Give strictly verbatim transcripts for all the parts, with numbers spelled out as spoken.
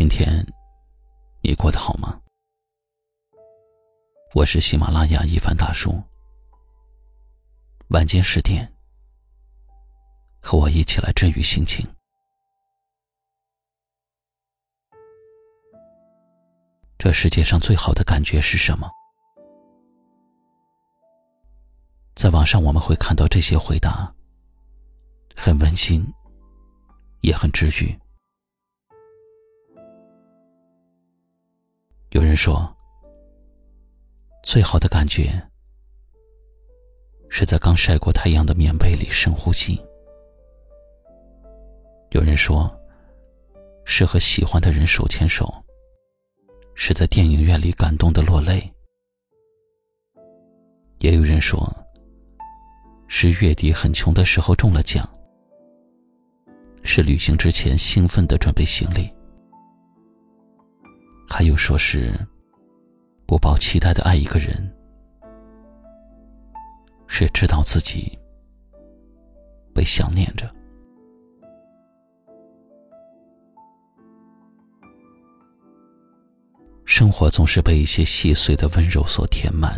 今天你过得好吗？我是喜马拉雅一凡大叔，晚间十点，和我一起来治愈心情。这世界上最好的感觉是什么？在网上我们会看到这些回答，很温馨，也很治愈。有人说，最好的感觉是在刚晒过太阳的棉被里深呼吸。有人说，是和喜欢的人手牵手，是在电影院里感动的落泪。也有人说，是月底很穷的时候中了奖，是旅行之前兴奋地准备行李。还有说是不抱期待的爱一个人，是知道自己被想念着。生活总是被一些细碎的温柔所填满，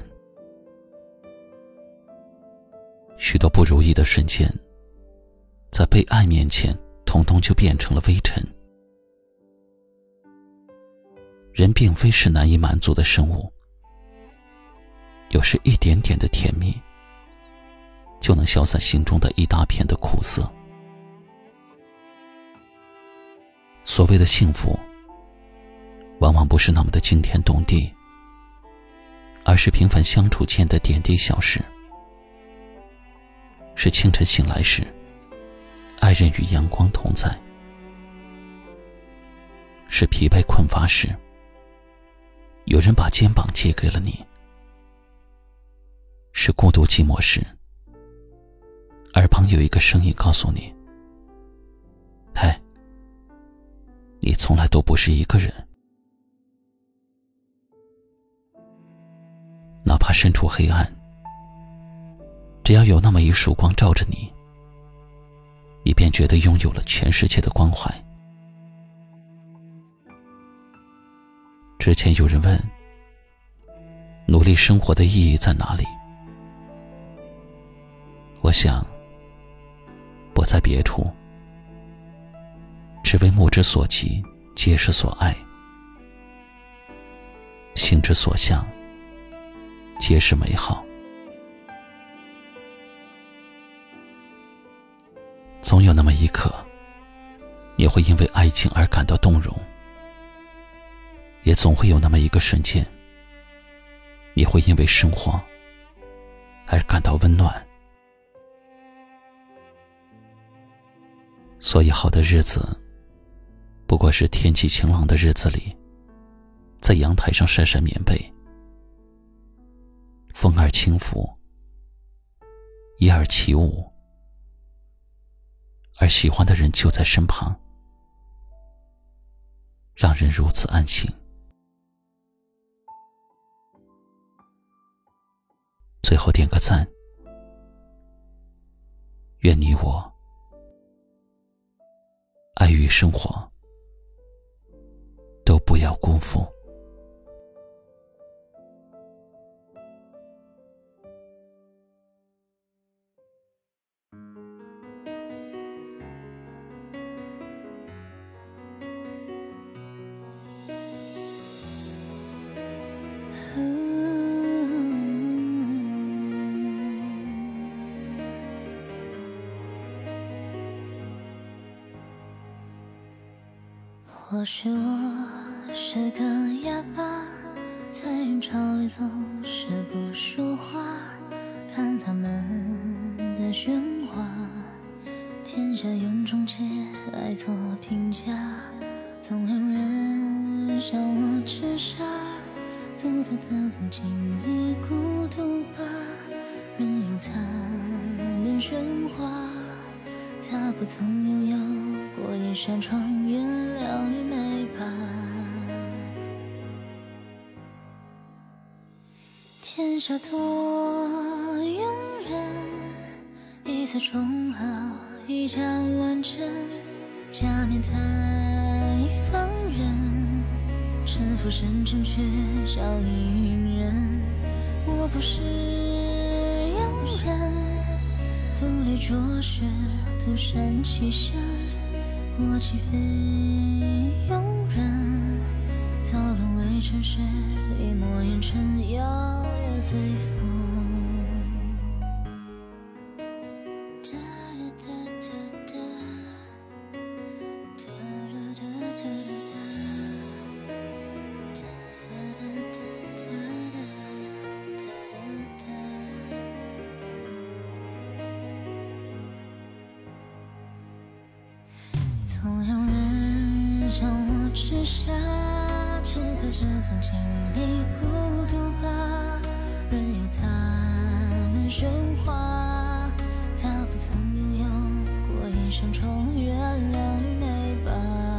许多不如意的瞬间，在被爱面前统统就变成了微尘。人并非是难以满足的生物，有时一点点的甜蜜就能消散心中的一大片的苦涩。所谓的幸福往往不是那么的惊天动地，而是平凡相处间的点滴小事。是清晨醒来时，爱人与阳光同在；是疲惫困乏时，有人把肩膀借给了你；是孤独寂寞时，耳旁有一个声音告诉你，嘿，你从来都不是一个人。哪怕身处黑暗，只要有那么一束光照着你，你便觉得拥有了全世界的关怀。之前有人问，努力生活的意义在哪里？我想，不在别处，只为目之所及，皆是所爱；心之所向，皆是美好。总有那么一刻，你会因为爱情而感到动容，也总会有那么一个瞬间，你会因为生活而感到温暖。所以好的日子，不过是天气晴朗的日子里，在阳台上晒晒棉被，风儿轻拂，叶儿起舞，而喜欢的人就在身旁，让人如此安心。最后点个赞，愿你我爱与生活都不要辜负。 或许我是个哑巴，在人潮里总是不说话，看他们的喧哗，天下有种皆爱做评价，总有人笑我痴傻，独特的总经历孤独吧，任由他人喧哗，他不曾拥有过一扇窗，原谅与没怕。天下多庸人，一次终好，一家乱真，假面太放任， 沉浮深沉却笑意隐忍。我不是庸人，独立卓识，独善其身。我岂非庸人？早沦为尘世，一抹烟尘，摇曳随风。总有人像我之下，独特的曾经历孤独吧，任由他们喧哗。他不曾拥有过一生中月亮美吧。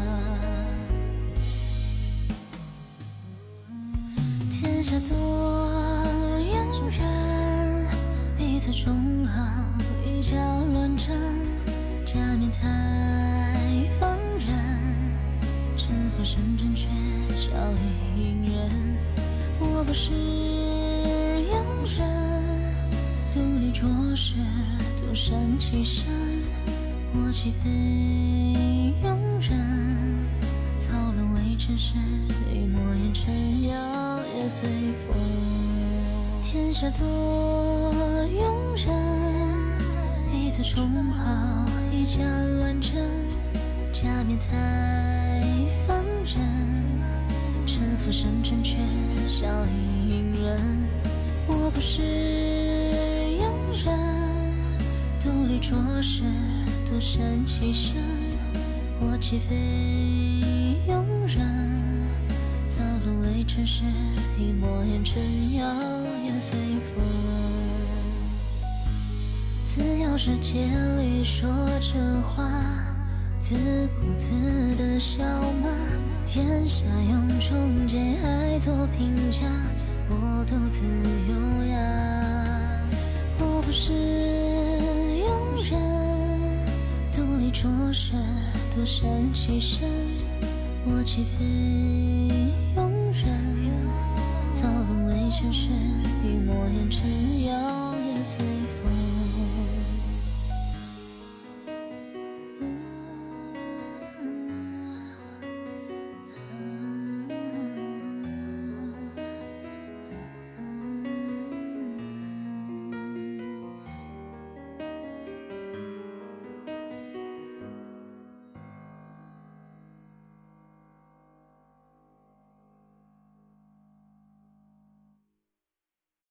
天下多庸人，彼此终好一家乱真，假面太放任，沉浮深沉却笑意隐忍。我不是庸人，独立卓识，独善其身。我岂非庸人？早沦为尘世，一抹烟尘，摇曳随风。天下多庸人，彼此终好一家乱真，假面太放任，沉浮深沉却笑意隐忍。我不是庸人，独立卓识，独善其身。我岂非庸人？早沦为尘世，一抹烟尘，摇曳随风。自由世界里说着话，自顾自的笑骂，天下用忠奸爱做评价，我独自优雅。我不是庸人，独立卓识，独善其身。我岂非庸人？早沦为尘世，一抹烟尘，摇